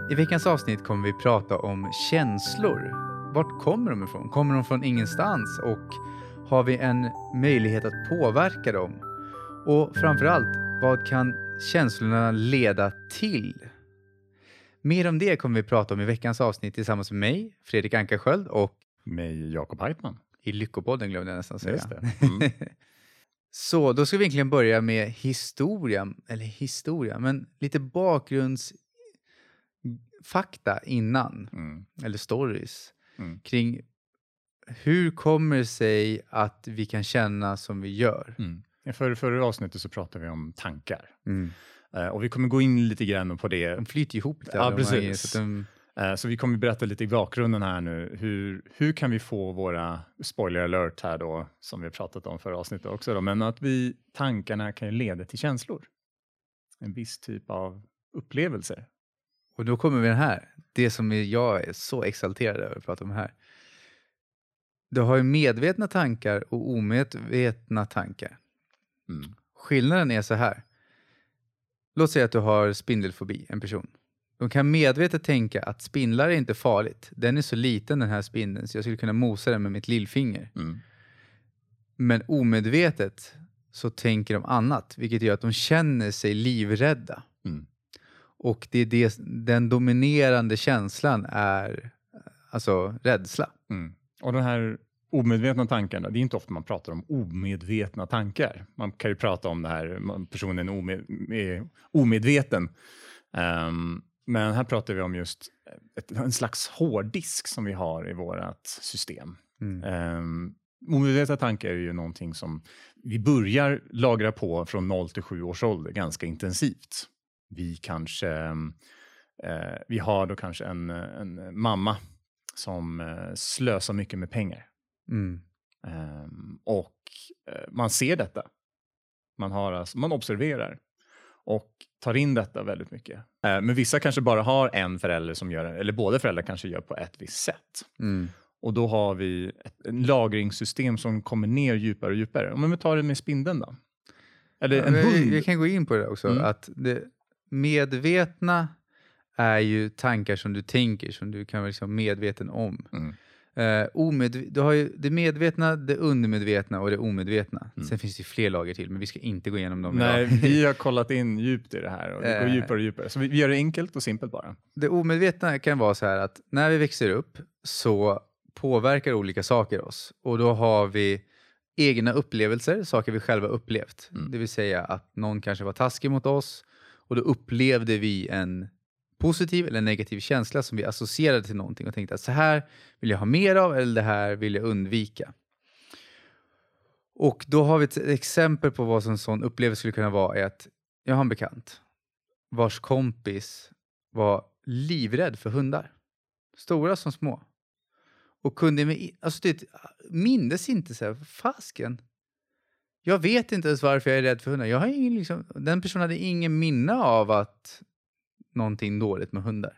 I veckans avsnitt kommer vi prata om känslor. Vart kommer de ifrån? Kommer de från ingenstans? Och har vi en möjlighet att påverka dem? Och framförallt, vad kan känslorna leda till? Mer om det kommer vi prata om i veckans avsnitt tillsammans med mig, Fredrik Ankarsköld, och med Jakob Heitman. I Lyckopodden glömde jag nästan säga. Just det. Mm. Så då ska vi egentligen börja med historia, men lite bakgrundsfakta innan, eller stories, kring hur kommer det sig att vi kan känna som vi gör. Förra avsnittet så pratade vi om tankar. Och vi kommer gå in lite grann på det. De flyter ihop där. Ja, precis. Så vi kommer berätta lite i bakgrunden här nu. Hur kan vi få våra spoiler alert här då, som vi har pratat om förra avsnittet också då. Men att tankarna kan ju leda till känslor. En viss typ av upplevelser. Och då kommer vi den här. Det som jag är så exalterad över att prata om här. Du har ju medvetna tankar och omedvetna tankar. Skillnaden är så här. Låt säga att du har spindelfobi, en person. De kan medvetet tänka att spindlar är inte farligt. Den är så liten, den här spindeln, så jag skulle kunna mosa den med mitt lillfinger. Men omedvetet så tänker de annat, vilket gör att de känner sig livrädda. Och den dominerande känslan är alltså rädsla. Och den här omedvetna tankarna, det är inte ofta man pratar om omedvetna tankar. Man kan ju prata om det här, personen är omedveten. Men här pratar vi om just en slags hårddisk som vi har i vårt system. Omedvetna tankar är ju någonting som vi börjar lagra på från 0 till 7 års ålder ganska intensivt. Vi har då kanske en mamma som slösar mycket med pengar. Och man ser detta. Man observerar och tar in detta väldigt mycket. Men vissa kanske bara har en förälder som gör det, eller båda föräldrar kanske gör på ett visst sätt. Och då har vi ett lagringssystem som kommer ner djupare och djupare. Om vi tar det med spindeln då. Eller en hund. Jag kan gå in på det också. Att det medvetna är ju tankar som du tänker, som du kan vara liksom medveten om. Du har ju det medvetna, det undermedvetna och det omedvetna. Sen finns det ju fler lager till, men vi ska inte gå igenom dem idag. Nej, vi har kollat in djupt i det här och det går djupare och djupare. Så vi gör det enkelt och simpelt bara. Det omedvetna kan vara så här att när vi växer upp så påverkar olika saker oss. Och då har vi egna upplevelser, saker vi själva upplevt. Det vill säga att någon kanske var taskig mot oss och då upplevde vi en positiv eller negativ känsla som vi associerade till någonting och tänkte att så här vill jag ha mer av eller det här vill jag undvika. Och då har vi ett exempel på vad en sån upplevelse skulle kunna vara är att jag har en bekant vars kompis var livrädd för hundar. Stora som små. Och kunde mindes inte så här, fasken. Jag vet inte ens varför jag är rädd för hundar. Jag har ingen, den personen hade ingen minne av att någonting dåligt med hundar.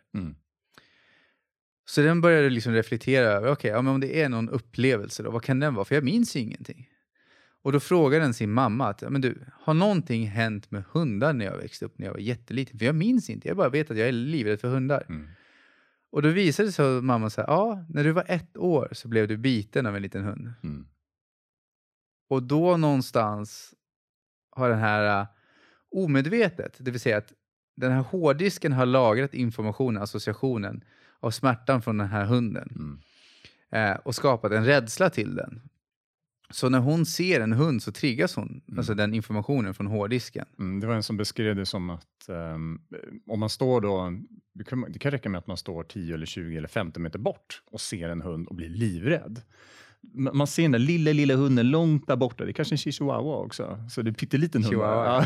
Så den började reflektera över, men om det är någon upplevelse då, vad kan den vara? För jag minns ingenting. Och då frågade den sin mamma att, men du, har någonting hänt med hundar när jag växte upp, när jag var jätteliten? För jag minns inte, jag bara vet att jag är livrädd för hundar. Och då visade det sig att mamma sa, när du var 1 år så blev du biten av en liten hund. Och då någonstans har den här omedvetet, det vill säga att den här hårddisken har lagrat informationen, associationen av smärtan från den här hunden. Och skapat en rädsla till den. Så när hon ser en hund så triggas hon, alltså den informationen från hårddisken. Det var en som beskrev det som att om man står då, det kan räcka med att man står 10 eller 20 eller 50 meter bort och ser en hund och blir livrädd. Man ser den där lilla hunden långt där borta. Det är kanske en chihuahua också. Så det är en pytteliten hund.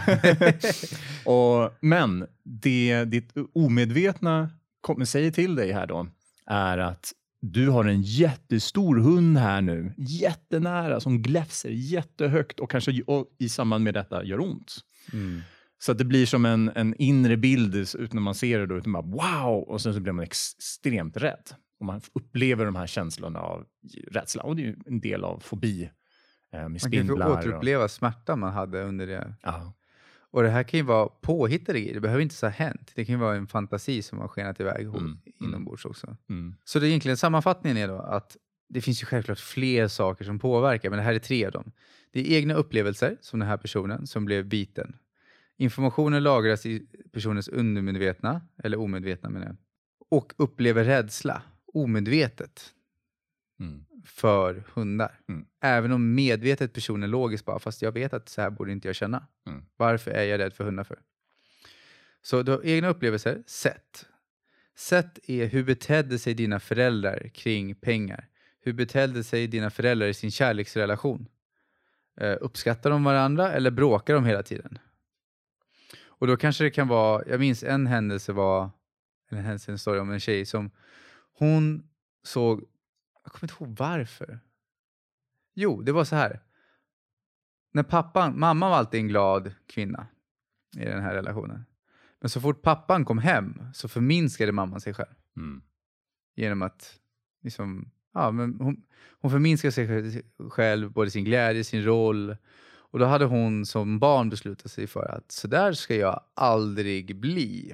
Men det omedvetna säger till dig här då är att du har en jättestor hund här nu. Jättenära som gläfser jättehögt och kanske i samband med detta gör ont. Så att det blir som en inre bild när man ser det då. Utan bara, wow! Och sen så blir man extremt rädd. Och man upplever de här känslorna av rädsla. Och det är ju en del av fobi med spindlar. Man kan få återuppleva smärta man hade under det. Ja. Och det här kan ju vara påhittade grejer. Det behöver inte så ha hänt. Det kan ju vara en fantasi som har skenat iväg inombords också. Så det är egentligen sammanfattningen är då att det finns ju självklart fler saker som påverkar, men det här är 3 av dem. Det är egna upplevelser, som den här personen som blev biten. Informationen lagras i personens undermedvetna, eller omedvetna menar jag. Och upplever rädsla, omedvetet, för hundar. Även om medvetet personen logiskt bara, fast jag vet att så här borde inte jag känna. Varför är jag rädd för hundar för? Så du har egna upplevelser, sätt. Sätt är hur betedde sig dina föräldrar kring pengar. Hur betedde sig dina föräldrar i sin kärleksrelation? Uppskattar de varandra eller bråkar de hela tiden? Och då kanske det kan vara, jag minns en händelse var, en story om en tjej som hon såg, jag kommer inte ihåg varför. Jo, det var så här. När mamma var alltid en glad kvinna i den här relationen. Men så fort pappan kom hem så förminskade mamman sig själv. Genom att liksom, ja, men hon förminskade sig själv, både sin glädje, sin roll. Och då hade hon som barn beslutat sig för att så där ska jag aldrig bli.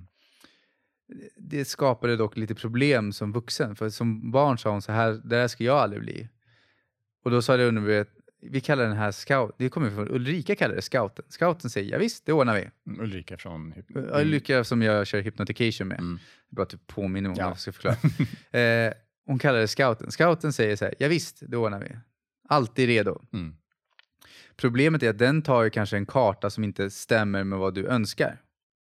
Det skapade dock lite problem som vuxen. För som barn sa hon så här, där ska jag aldrig bli. Och då sa det underbart, vi kallar den här scout, det kommer från Ulrika kallar det scouten. Scouten säger, ja visst, det ordnar vi. Ulrika från... Ulrika som jag kör hypnotication med. Bara typ påminner om vad jag ska förklara. Hon kallar det scouten. Scouten säger så här, ja visst, det ordnar vi. Alltid redo. Problemet är att den tar ju kanske en karta som inte stämmer med vad du önskar.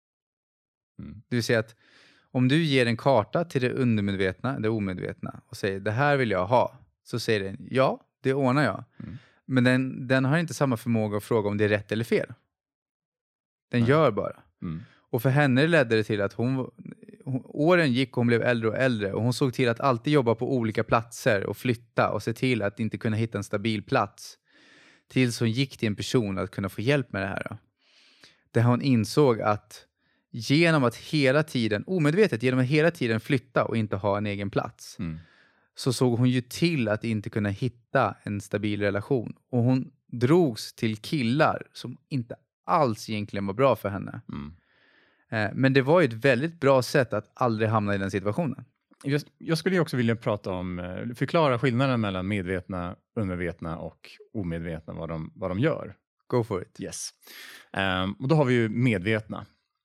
Det vill säga att om du ger en karta till det undermedvetna, det omedvetna och säger, det här vill jag ha. Så säger den, ja, det ordnar jag. Men den har inte samma förmåga att fråga om det är rätt eller fel. Den gör bara. Och för henne ledde det till att åren gick och hon blev äldre och äldre. Och hon såg till att alltid jobba på olika platser och flytta. Och se till att inte kunna hitta en stabil plats. Tills hon gick till en person att kunna få hjälp med det här. Då. Där hon insåg att genom att hela tiden, omedvetet, genom att hela tiden flytta och inte ha en egen plats. Så såg hon ju till att inte kunna hitta en stabil relation. Och hon drogs till killar som inte alls egentligen var bra för henne. Men det var ju ett väldigt bra sätt att aldrig hamna i den situationen. Jag skulle ju också vilja prata om, förklara skillnaden mellan medvetna, undermedvetna och omedvetna, vad de gör. Go for it. Yes. Och då har vi ju medvetna.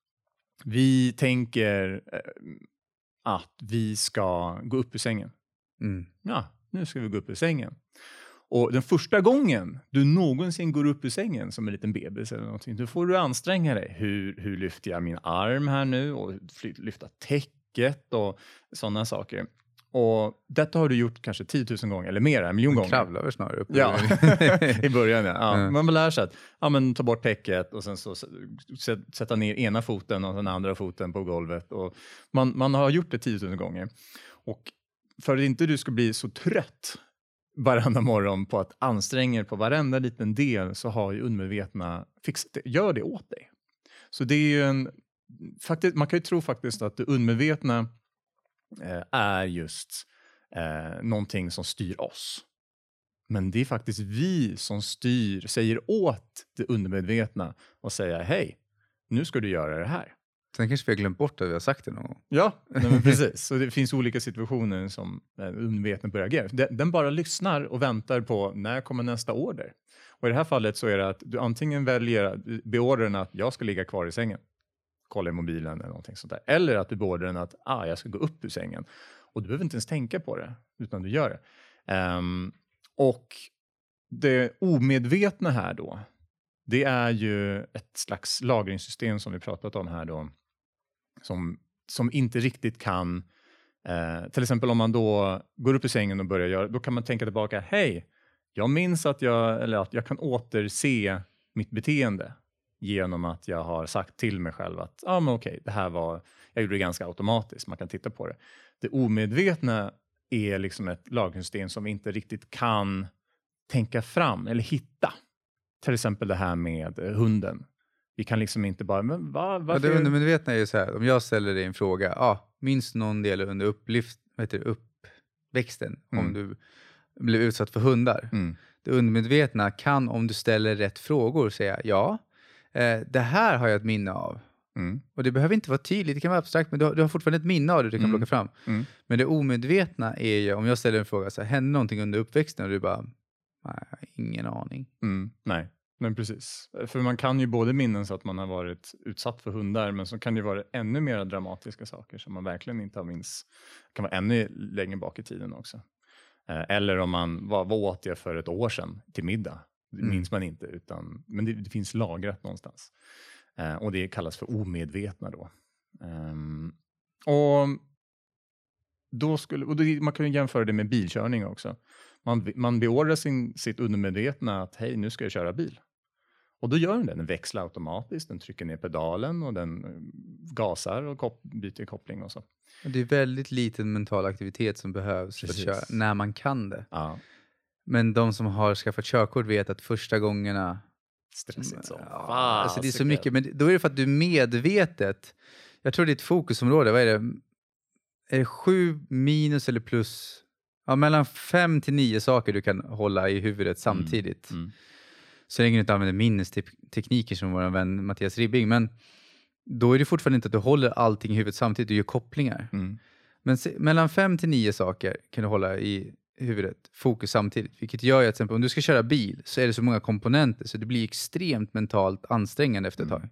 Vi tänker att vi ska gå upp ur sängen. Ja, nu ska vi gå upp ur sängen. Och den första gången du någonsin går upp ur sängen som en liten bebis eller någonting, då får du anstränga dig. Hur lyfter jag min arm här nu? Och lyfta täcket och sådana saker. Och detta har du gjort kanske 10 000 gånger eller mer, 1 miljon gånger. Kravlar snarare upp. Ja, i början. Ja. Man lär sig att ta bort täcket och sen så sätta ner ena foten och den andra foten på golvet. Och man har gjort det 10 000 gånger. Och för att inte du ska bli så trött varenda morgon på att anstränga er på varenda liten del, så har ju undermedvetna fixat det. Gör det åt dig. Så det är ju faktiskt, man kan ju tro faktiskt att det undermedvetna är just någonting som styr oss. Men det är faktiskt vi som säger åt det undermedvetna och säger, hej, nu ska du göra det här. Sen kanske vi har glömt bort att vi har sagt det någon gång. Ja, men precis. Så det finns olika situationer som undermedvetet börjar agera. Den bara lyssnar och väntar på när kommer nästa order. Och i det här fallet så är det att du antingen beordrar den att jag ska ligga kvar i sängen. Kolla i mobilen eller någonting sånt där. Eller att du beordrar den att jag ska gå upp ur sängen. Och du behöver inte ens tänka på det, utan du gör det. Och det omedvetna här då, det är ju ett slags lagringssystem som vi pratat om här då. Som inte riktigt kan, till exempel om man då går upp i sängen och börjar göra, då kan man tänka tillbaka, hej, jag minns att jag kan återse mitt beteende genom att jag har sagt till mig själv att men okej, det här jag gjorde det ganska automatiskt, man kan titta på det. Det omedvetna är liksom ett lagringssystem som vi inte riktigt kan tänka fram eller hitta. Till exempel det här med hunden. Vi kan liksom inte bara, men varför? Ja, det undermedvetna är ju så här, om jag ställer dig en fråga, minns någon del under uppväxten om du blev utsatt för hundar. Det undermedvetna kan, om du ställer rätt frågor, säga ja. Det här har jag ett minne av. Mm. Och det behöver inte vara tydligt, det kan vara abstrakt, men du har fortfarande ett minne av det du kan plocka fram. Mm. Men det omedvetna är ju, om jag ställer en fråga, så här, hände någonting under uppväxten och du bara, nej, ingen aning. Nej, men precis. För man kan ju både minnas att man har varit utsatt för hundar, men så kan det vara ännu mer dramatiska saker som man verkligen inte har minns. Det kan vara ännu längre bak i tiden också. Eller om man, vad åt jag för ett år sedan till middag? Det minns man inte, men det finns lagrat någonstans. Och det kallas för omedvetna då. Och man kan ju jämföra det med bilkörning också. Man beordrar sitt undermedvetna att hej, nu ska jag köra bil. Och då gör den växlar automatiskt, den trycker ner pedalen och den gasar och byter koppling och så. Och det är väldigt liten mental aktivitet som behövs för att köra, när man kan det. Ja. Men de som har skaffat körkort vet att första gångerna... Stressigt så. Alltså det är så mycket, men då är det för att du är medvetet. Jag tror ditt fokusområde, vad är det? Är det 7 minus eller plus? Ja, mellan 5 till 9 saker du kan hålla i huvudet samtidigt. Så länge du inte använder minnestekniker som vår vän Mattias Ribbing. Men då är det fortfarande inte att du håller allting i huvudet samtidigt, du gör kopplingar. Men mellan 5 till 9 saker kan du hålla i huvudet, fokus samtidigt. Vilket gör ju att till exempel, om du ska köra bil så är det så många komponenter så det blir extremt mentalt ansträngande efter ett tag.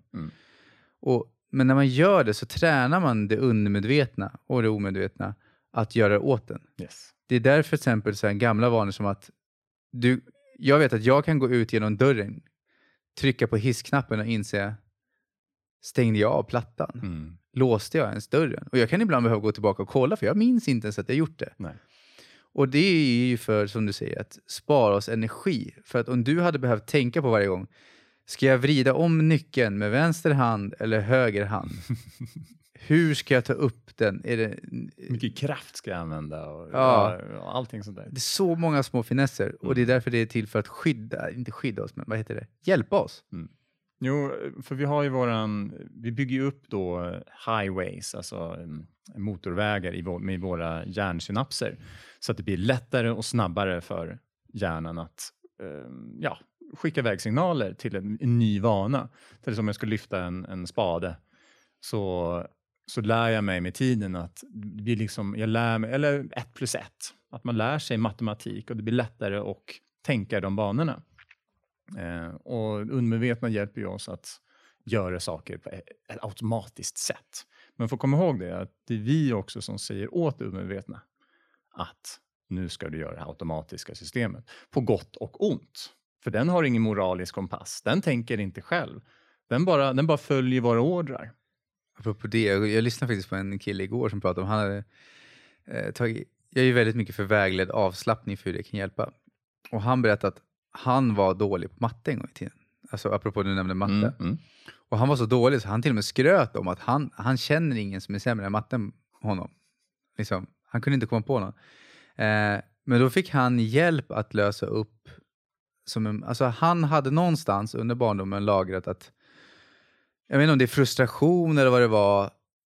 Men när man gör det så tränar man det undermedvetna och det omedvetna att göra det åt den. Yes. Det är därför till exempel så här gamla vanor som att jag vet att jag kan gå ut genom dörren, trycka på hissknappen och inse, stängde jag av plattan? Låste jag ens dörren? Och jag kan ibland behöva gå tillbaka och kolla, för jag minns inte ens att jag gjort det. Nej. Och det är ju för, som du säger, att spara oss energi. För att om du hade behövt tänka på varje gång, ska jag vrida om nyckeln med vänster hand eller höger hand? Hur ska jag ta upp den? Mycket kraft ska jag använda och allting sånt där. Det är så många små finesser. Och det är därför det är till för att inte skydda oss, men vad heter det? Hjälpa oss. Jo, för vi har ju vi bygger ju upp då highways, alltså motorvägar med våra hjärnsynapser. Så att det blir lättare och snabbare för hjärnan att skicka vägsignaler till en ny vana. Till som jag ska lyfta en spade så lär jag mig med tiden att det blir liksom, jag lär mig, eller 1+1, att man lär sig matematik och det blir lättare att tänka i de banorna. Och undermedvetna hjälper ju oss att göra saker på ett automatiskt sätt. Men för att komma ihåg det, att det är vi också som säger åt det undermedvetna att nu ska du göra det automatiska systemet. På gott och ont. För den har ingen moralisk kompass. Den tänker inte själv. Den bara följer våra ordrar. Apropå det, jag lyssnade faktiskt på en kille igår som pratade om, han hade jag är ju väldigt mycket för vägledd avslappning för hur det kan hjälpa. Och han berättade att han var dålig på matte en gång i tiden. Alltså apropå du nämnde matte. Och han var så dålig så han till och med skröt om att han känner ingen som är sämre än matte än honom. Liksom, han kunde inte komma på någon. Men då fick han hjälp att lösa upp alltså han hade någonstans under barndomen lagrat att, jag vet inte om det är frustration eller vad det var,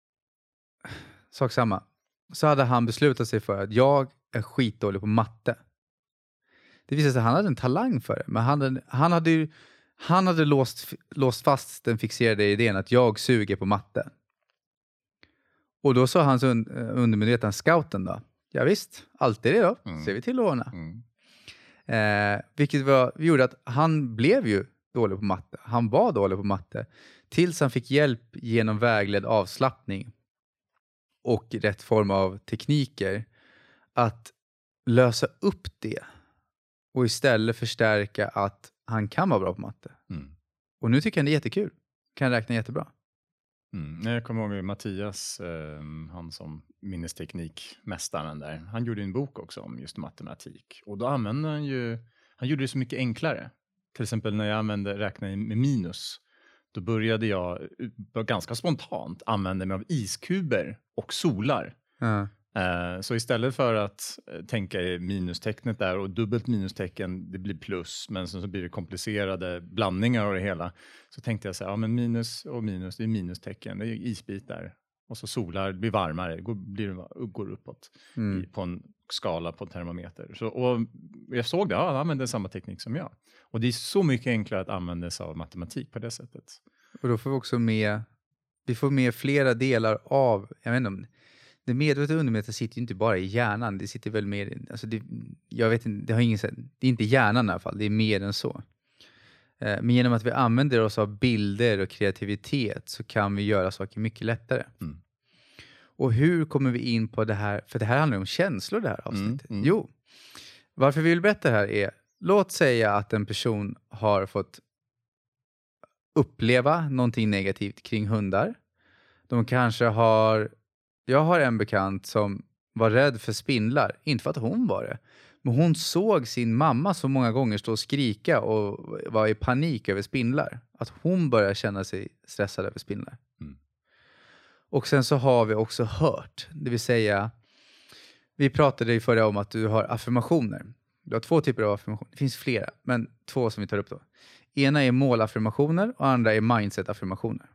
sak samma. Så hade han beslutat sig för att jag är skitdålig på matte. Det visade sig att han hade en talang för det. Men han hade låst fast den fixerade idén att jag suger på matte. Och då sa hans undermedvetna scouten då, ja visst, alltid det då, ser vi till att ordna. Vilket gjorde att han blev ju dålig på matte. Han var dålig på matte. Tills han fick hjälp genom vägledd avslappning och rätt form av tekniker att lösa upp det. Och istället förstärka att han kan vara bra på matte. Och nu tycker han det är jättekul. Kan räkna jättebra. Jag kommer ihåg Mattias, han som minnesteknikmästaren där. Han gjorde en bok också om just matematik. Och då använde han gjorde det så mycket enklare. Till exempel när jag räknade med minus. Då började jag ganska spontant använda mig av iskuber och solar. Så istället för att tänka i minustecknet där och dubbelt minustecken, det blir plus, men så blir det komplicerade blandningar av det hela. Så tänkte jag så här, ja men minus och minus, det är minustecken, det är isbitar. Och så solar, blir varmare, går uppåt på en skala på en termometer. Och jag såg det, han använde samma teknik som jag. Och det är så mycket enklare att använda sig av matematik på det sättet. Och då får vi också med flera delar av, jag vet inte, det medvetna och undermedvetna sitter ju inte bara i hjärnan, det sitter väl mer, alltså jag vet inte, det är inte hjärnan i alla fall, det är mer än så. Men genom att vi använder oss av bilder och kreativitet så kan vi göra saker mycket lättare. Och hur kommer vi in på det här? För det här handlar om känslor, det här avsnittet. Jo, varför vi vill berätta det här är, låt säga att en person har fått uppleva någonting negativt kring hundar. De kanske jag har en bekant som var rädd för spindlar, inte för att hon var det. Men hon såg sin mamma så många gånger stå och skrika och var i panik över spindlar. Att hon började känna sig stressad över spindlar. Och sen så har vi också hört. Det vill säga, vi pratade i förra om att du har affirmationer. Du har 2 typer av affirmationer. Det finns flera, men 2 som vi tar upp då. Ena är målaffirmationer och andra är mindset-affirmationer.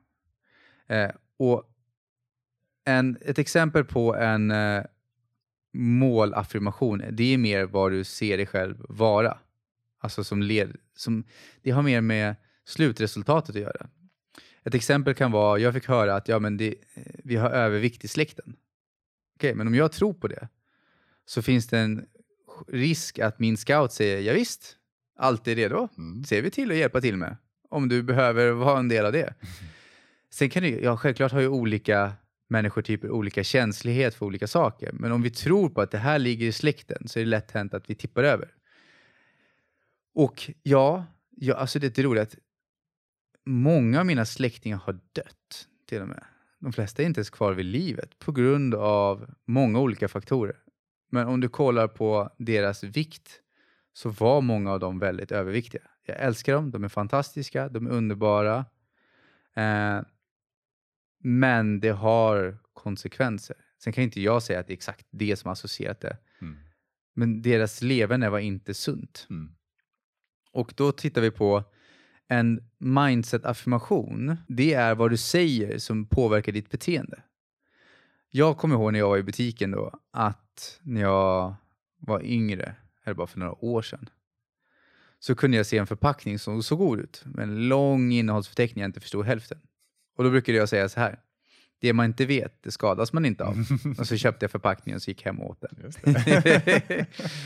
Och ett exempel på en målaffirmation, det är mer vad du ser dig själv vara. Alltså det har mer med slutresultatet att göra. Ett exempel kan vara, jag fick höra att vi har övervikt i släkten. Okej, men om jag tror på det så finns det en risk att min scout säger, ja visst, allt är redo. Ser vi till att hjälpa till med. Om du behöver vara en del av det. Sen kan självklart har ju olika människotyper olika känslighet för olika saker. Men om vi tror på att det här ligger i släkten så är det lätt hänt att vi tippar över. Och alltså det är roligt att många av mina släktingar har dött till och med. De flesta är inte ens kvar vid livet på grund av många olika faktorer. Men om du kollar på deras vikt så var många av dem väldigt överviktiga. Jag älskar dem, de är fantastiska, de är underbara. Men det har konsekvenser. Sen kan inte jag säga att det är exakt det som associerat det. Men deras levande var inte sunt. Och då tittar vi på en mindset-affirmation. Det är vad du säger som påverkar ditt beteende. Jag kommer ihåg när jag var i butiken då, att när jag var yngre, eller bara för några år sedan, så kunde jag se en förpackning som såg god ut. Med en lång innehållsförteckning jag inte förstod hälften. Och då brukade jag säga så här: det man inte vet, det skadas man inte av. Och så köpte jag förpackningen och så gick hem och åt den. Just det.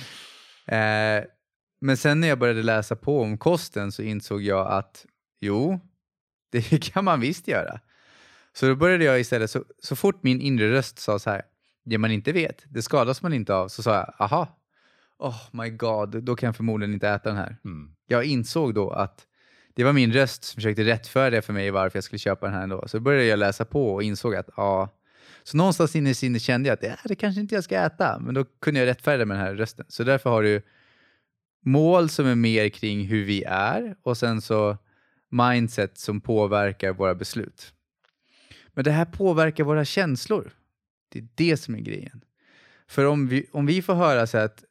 Men sen när jag började läsa på om kosten så insåg jag att det kan man visst göra. Så då började jag istället, så fort min inre röst sa så här: det man inte vet, det skadas man inte av. Så sa jag, aha, oh my god, då kan jag förmodligen inte äta den här. Jag insåg då att det var min röst som försökte rättfärdiga för mig varför jag skulle köpa den här ändå. Så började jag läsa på och insåg att så någonstans inne i sinne kände jag att det kanske inte jag ska äta. Men då kunde jag rättfärdiga med den här rösten. Så därför har du mål som är mer kring hur vi är. Och sen så mindset som påverkar våra beslut. Men det här påverkar våra känslor. Det är det som är grejen. För om vi får höra så att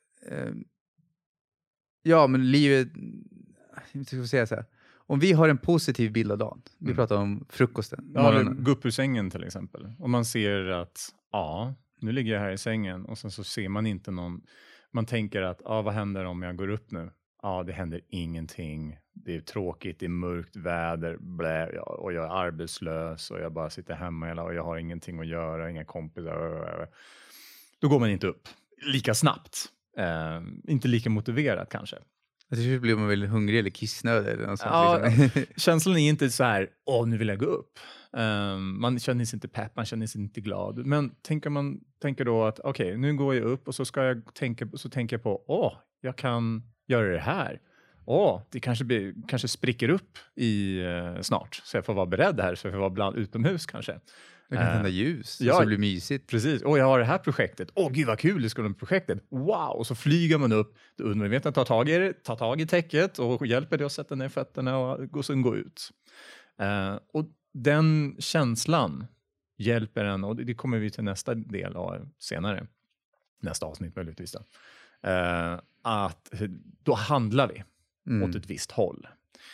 men livet, jag ska säga så här. Om vi har en positiv bild av dagen. Vi pratar om frukosten. Ja, gå upp ur sängen till exempel. Om man ser att nu ligger jag här i sängen och sen så ser man inte någon. Man tänker att vad händer om jag går upp nu? Det händer ingenting. Det är tråkigt, det är mörkt väder, och jag är arbetslös och jag bara sitter hemma och jag har ingenting att göra, inga kompisar. Då går man inte upp lika snabbt. Inte lika motiverat kanske. Jag tror det blir man väl hungrig eller kissnödig eller något sånt. Liksom. Känslan är inte så här, nu vill jag gå upp. Man känner sig inte pepp, man känner sig inte glad. Men man tänker då att okej, nu går jag upp och så tänker jag på, jag kan göra det här. Det kanske spricker upp snart. Så jag får vara beredd här, så jag får vara utomhus kanske. Det kan tända ljus, så det blir mysigt. Precis, jag har det här projektet. Gud vad kul det ska bli projektet. Wow, och så flyger man upp. Då undermedvetet tar tag i täcket och hjälper dig att sätta ner fötterna och sen gå ut. Och den känslan hjälper en, och det kommer vi till nästa del av senare. Nästa avsnitt möjligtvis då. Att då handlar vi åt ett visst håll.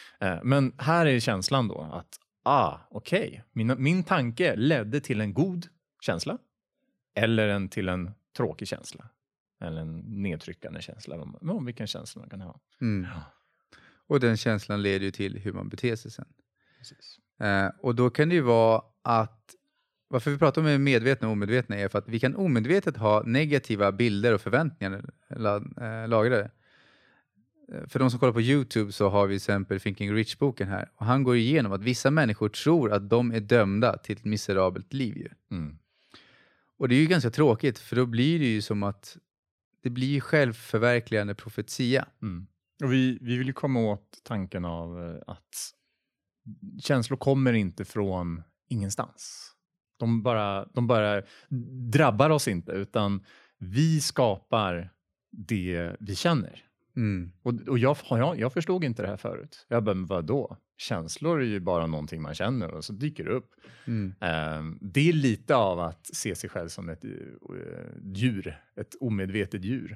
Men här är känslan då att okej. Min tanke ledde till en god känsla. Eller till en tråkig känsla. Eller en nedtryckande känsla. Om vilken känsla man kan ha. Ja. Och den känslan leder ju till hur man beter sig sen. Precis. Och då kan det ju vara att, varför vi pratar om medvetna och omedvetna är för att vi kan omedvetet ha negativa bilder och förväntningar lagrade. För de som kollar på YouTube så har vi till exempel Thinking Rich-boken här. Och han går igenom att vissa människor tror att de är dömda till ett miserabelt liv. Ju. Och det är ju ganska tråkigt, för då blir det ju som att det blir självförverkligande profetia. Och vi vill ju komma åt tanken av att känslor kommer inte från ingenstans. De bara drabbar oss inte, utan vi skapar det vi känner. Och jag förstod inte det här förut. Jag bara, vadå? Känslor är ju bara någonting man känner och så dyker det upp. Det är lite av att se sig själv som ett djur, ett omedvetet djur.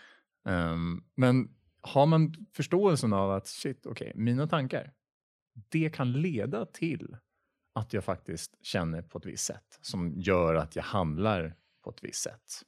Men har man förståelsen av att mina tankar, det kan leda till att jag faktiskt känner på ett visst sätt som gör att jag handlar på ett visst sätt.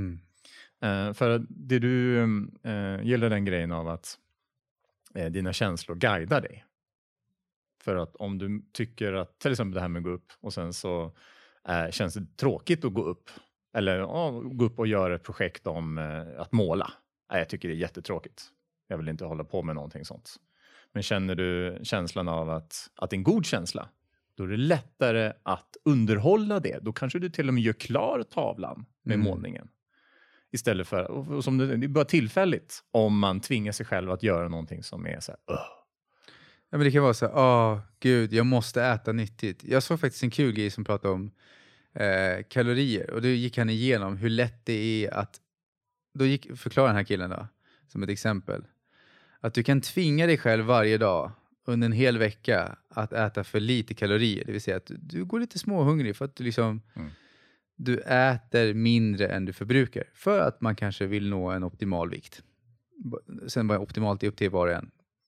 För det du gäller den grejen av att dina känslor guidar dig. För att om du tycker att, till exempel det här med att gå upp och sen så känns det tråkigt att gå upp. Eller gå upp och göra ett projekt om att måla. Jag tycker det är jättetråkigt. Jag vill inte hålla på med någonting sånt. Men känner du känslan av att det är en god känsla, då är det lättare att underhålla det. Då kanske du till och med gör klar tavlan med målningen. Istället för, som det är bara tillfälligt om man tvingar sig själv att göra någonting som är så här, Ja, men det kan vara så här, gud, jag måste äta nyttigt. Jag såg faktiskt en kul grej som pratade om kalorier. Och då gick han igenom hur lätt det är att, förklara den här killen då, som ett exempel. Att du kan tvinga dig själv varje dag under en hel vecka att äta för lite kalorier. Det vill säga att du går lite småhungrig för att du äter mindre än du förbrukar. För att man kanske vill nå en optimal vikt. Sen var optimalt är upp till var och en.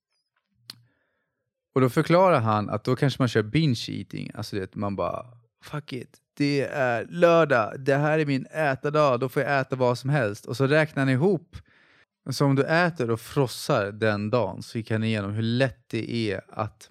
Och då förklarar han att då kanske man kör binge eating. Alltså det, man bara, fuck it. Det är lördag. Det här är min ätardag. Då får jag äta vad som helst. Och så räknar han ihop. Så om du äter och frossar den dagen så gick han igenom hur lätt det är att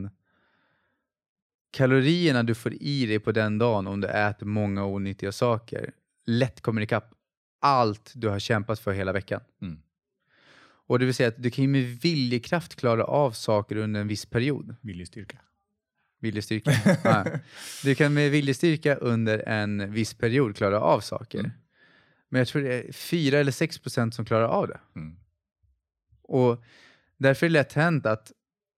kalorierna du får i dig på den dagen om du äter många onyttiga saker lätt kommer ikapp allt du har kämpat för hela veckan. Och det vill säga att du kan med viljekraft klara av saker under en viss period. Viljestyrka. Ja. Du kan med viljestyrka under en viss period klara av saker. Men jag tror det är 4 eller 6% som klarar av det. Och därför är det lätt hänt att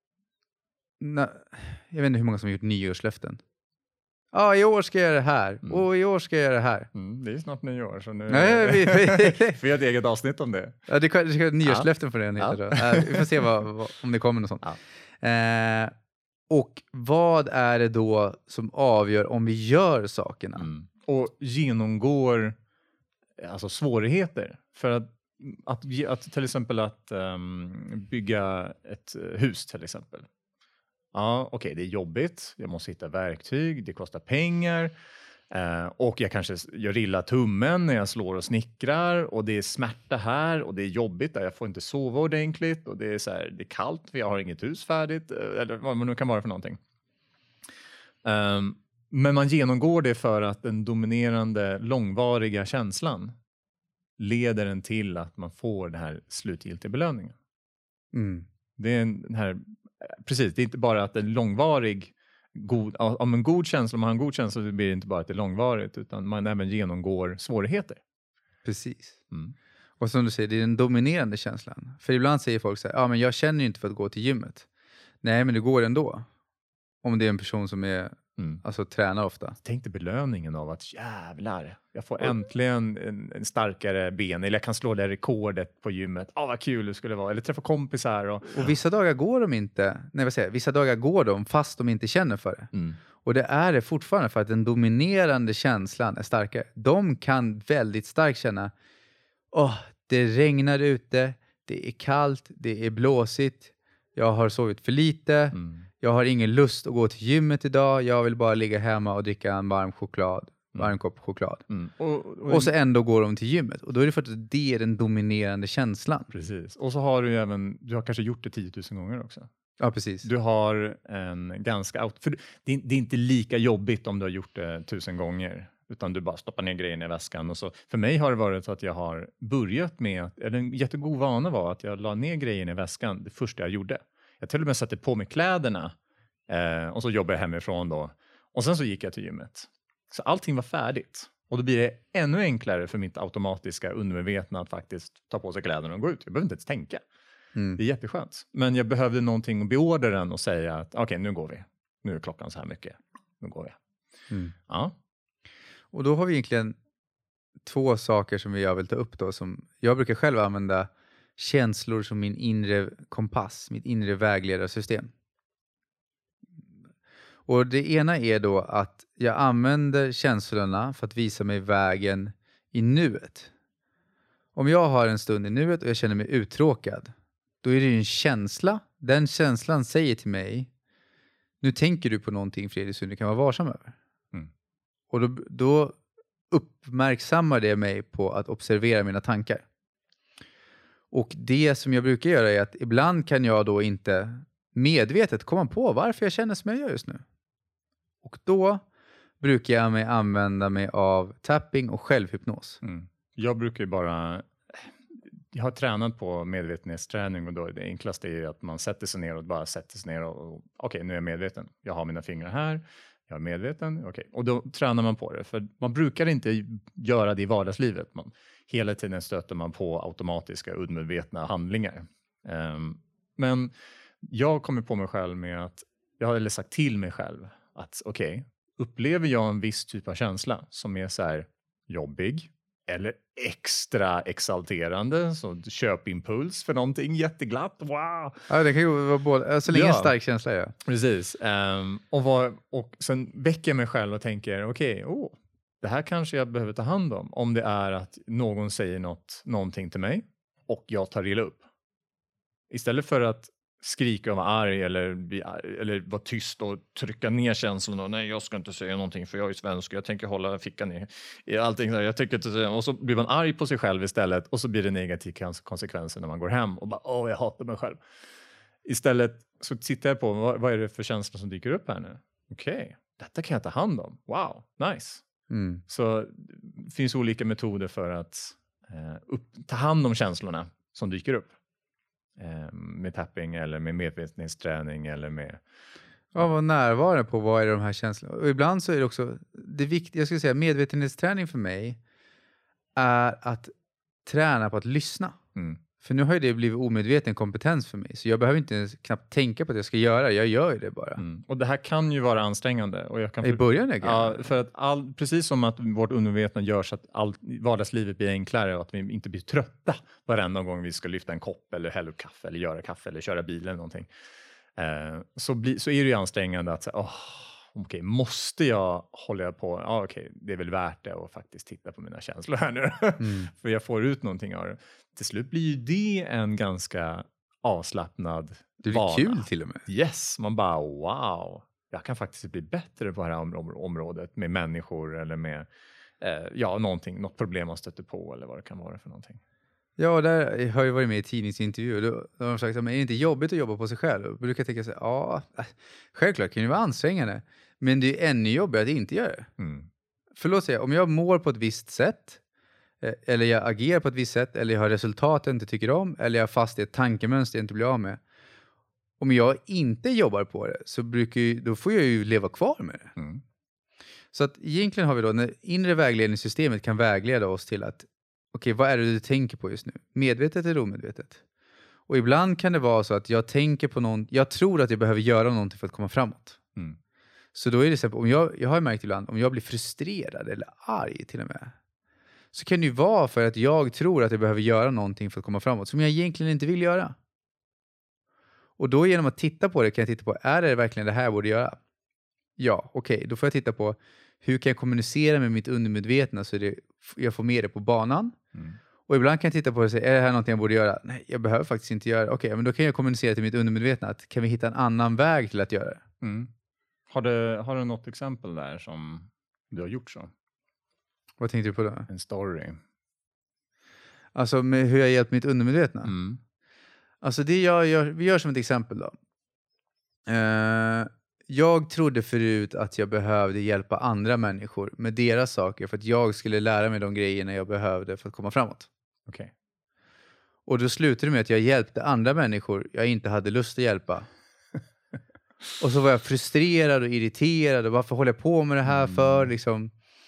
jag vet inte hur många som har gjort nyårslöften. I år ska jag göra det här. Och i år ska jag göra det här. Det är snart nyår. Så nu vi har ett eget avsnitt om det. Ja, det ska nyårslöften för den heter då. Vi får se om det kommer något sånt. Och vad är det då som avgör om vi gör sakerna? Och genomgår alltså svårigheter. För att till exempel att bygga ett hus till exempel. Ja, okej, det är jobbigt. Jag måste hitta verktyg. Det kostar pengar. Och jag kanske gör illa tummen när jag slår och snickrar. Och det är smärta här. Och det är jobbigt. Jag får inte sova ordentligt. Och det är, det är kallt för jag har inget hus färdigt. Eller vad det nu kan vara för någonting. Men man genomgår det för att den dominerande långvariga känslan leder en till att man får den här slutgiltiga belöningen. Det är den här... Precis, det är inte bara att en långvarig om en god känsla, om man har en god känsla, så blir det inte bara att det är långvarigt, utan man även genomgår svårigheter. Precis. Och som du säger, det är den dominerande känslan. För ibland säger folk så här, men jag känner ju inte för att gå till gymmet. Nej, men det går ändå. Om det är en person som är alltså tränar ofta. Tänk dig belöningen av att jävlar, jag får äntligen en starkare ben, eller jag kan slå det rekordet på gymmet. Vad kul det skulle vara. Eller träffa kompisar. Och vissa dagar går de inte, vissa dagar går de fast de inte känner för det. Och det är det fortfarande för att den dominerande känslan är starkare. De kan väldigt starkt känna, det regnar ute, det är kallt, det är blåsigt, jag har sovit för lite. Jag har ingen lust att gå till gymmet idag. Jag vill bara ligga hemma och dricka en varm choklad. varm kopp choklad. Och så ändå går de till gymmet. Och då är det för att det är den dominerande känslan. Precis. Och så har du har kanske gjort det 10 000 gånger också. Ja, precis. Du har en ganska... För det är inte lika jobbigt om du har gjort det 1000 gånger. Utan du bara stoppar ner grejen i väskan. Och så. För mig har det varit så att jag har börjat med... Eller en jättegod vana var att jag la ner grejen i väskan det första jag gjorde. Jag till och med satte på mig kläderna. Och så jobbade jag hemifrån då. Och sen så gick jag till gymmet. Så allting var färdigt. Och då blir det ännu enklare för mitt automatiska undermedvetna att faktiskt ta på sig kläderna och gå ut. Jag behöver inte ens tänka. Det är jätteskönt. Men jag behövde någonting att beordra den och säga att okej, nu går vi. Nu är klockan så här mycket. Nu går vi. Ja. Och då har vi egentligen 2 saker som jag vill ta upp då. Som jag brukar själv använda känslor som min inre kompass. Mitt inre vägledarsystem. Och det ena är då att jag använder känslorna för att visa mig vägen i nuet. Om jag har en stund i nuet och jag känner mig uttråkad, då är det ju en känsla. Den känslan säger till mig, nu tänker du på någonting, Fredrik, som du kan vara varsam över. Och då uppmärksammar det mig på att observera mina tankar. Och det som jag brukar göra är att ibland kan jag då inte medvetet komma på varför jag känner som jag gör just nu. Och då brukar jag använda mig av tapping och självhypnos. Jag brukar jag har tränat på medvetenhetsträning och då det enklaste är att man sätter sig ner och okej, nu är jag medveten. Jag har mina fingrar här, jag är medveten, okej. Och då tränar man på det. För man brukar inte göra det i vardagslivet. Hela tiden stöter man på automatiska, undermedvetna handlingar. Men jag kommer på mig själv med att jag har sagt till mig själv att okej, upplever jag en viss typ av känsla som är så här jobbig eller extra exalterande, så köpimpuls för någonting jätteglatt, wow! Ja, det kan ju vara både, så länge en stark känsla är. Precis. Och sen väcker jag mig själv och tänker okej, det här kanske jag behöver ta hand om det är att någon säger någonting till mig och jag tar illa upp. Istället för att skrika och vara arg eller vara tyst och trycka ner känslorna. Nej, jag ska inte säga någonting för jag är svensk och jag tänker hålla fickan i allting. Jag tycker inte säga. Och så blir man arg på sig själv istället och så blir det negativa konsekvenser när man går hem och bara, jag hatar mig själv. Istället så tittar jag på vad är det för känslor som dyker upp här nu. Okej, detta kan jag ta hand om. Wow, nice. Så det finns olika metoder för att ta hand om känslorna som dyker upp. Med tapping eller med medvetenhetsträning eller med... Ja, vara närvarande på vad är de här känslorna. Och ibland så är det också det viktiga, jag skulle säga medvetenhetsträning för mig är att träna på att lyssna. För nu har ju det blivit omedveten kompetens för mig. Så jag behöver inte ens knappt tänka på att jag ska göra det. Jag gör ju det bara. Och det här kan ju vara ansträngande. Och jag kan i början är det. Ja, för att precis som att vårt undermedvetna gör så att vardagslivet blir enklare och att vi inte blir trötta varenda gång vi ska lyfta en kopp eller hälla upp kaffe eller göra kaffe eller köra bil eller någonting. Så är det ju ansträngande att säga, okej, måste jag hålla på? Okej, det är väl värt det att faktiskt titta på mina känslor här nu. För jag får ut någonting av det. Till slut blir ju det en ganska avslappnad det blir vana. Kul till och med. Yes, man bara wow. Jag kan faktiskt bli bättre på det här området med människor eller med något problem man stöter på eller vad det kan vara för någonting. Ja, där har jag varit med i tidningsintervjuer. Då har de sagt att det är inte jobbigt att jobba på sig själv. Jag brukar tänka så här, självklart kan det vara ansträngande. Men det är ännu jobbigare att inte göra det. För låt säga, om jag mår på ett visst sätt, eller jag agerar på ett visst sätt, eller jag har resultat jag inte tycker om, eller jag har fast i ett tankemönster jag inte blir av med. Om jag inte jobbar på det så då får jag ju leva kvar med det. Så att egentligen har vi då, när inre vägledningssystemet kan vägleda oss till att okej, vad är det du tänker på just nu? Medvetet eller omedvetet? Och ibland kan det vara så att jag tänker på jag tror att jag behöver göra någonting för att komma framåt. Så då är det så att jag har märkt ibland, om jag blir frustrerad eller arg till och med, så kan det ju vara för att jag tror att jag behöver göra någonting för att komma framåt som jag egentligen inte vill göra. Och då genom att titta på det kan jag titta på, är det verkligen det här jag borde göra? Ja, okej, då får jag titta på hur kan jag kommunicera med mitt undermedvetna så jag får med det på banan. Och ibland kan jag titta på det och säga, är det här någonting jag borde göra? Nej, jag behöver faktiskt inte göra det. Okej, men då kan jag kommunicera till mitt undermedvetna att kan vi hitta en annan väg till att göra det? Har du något exempel där som du har gjort så? Vad tänkte du på då? En story. Alltså med hur jag hjälpt mitt undermedvetna. Mm. Alltså det vi gör som ett exempel då. Jag trodde förut att jag behövde hjälpa andra människor med deras saker för att jag skulle lära mig de grejerna jag behövde för att komma framåt. Okej. Och då slutade det med att jag hjälpte andra människor jag inte hade lust att hjälpa. Och så var jag frustrerad och irriterad. Och varför håller jag på med det här för? Liksom.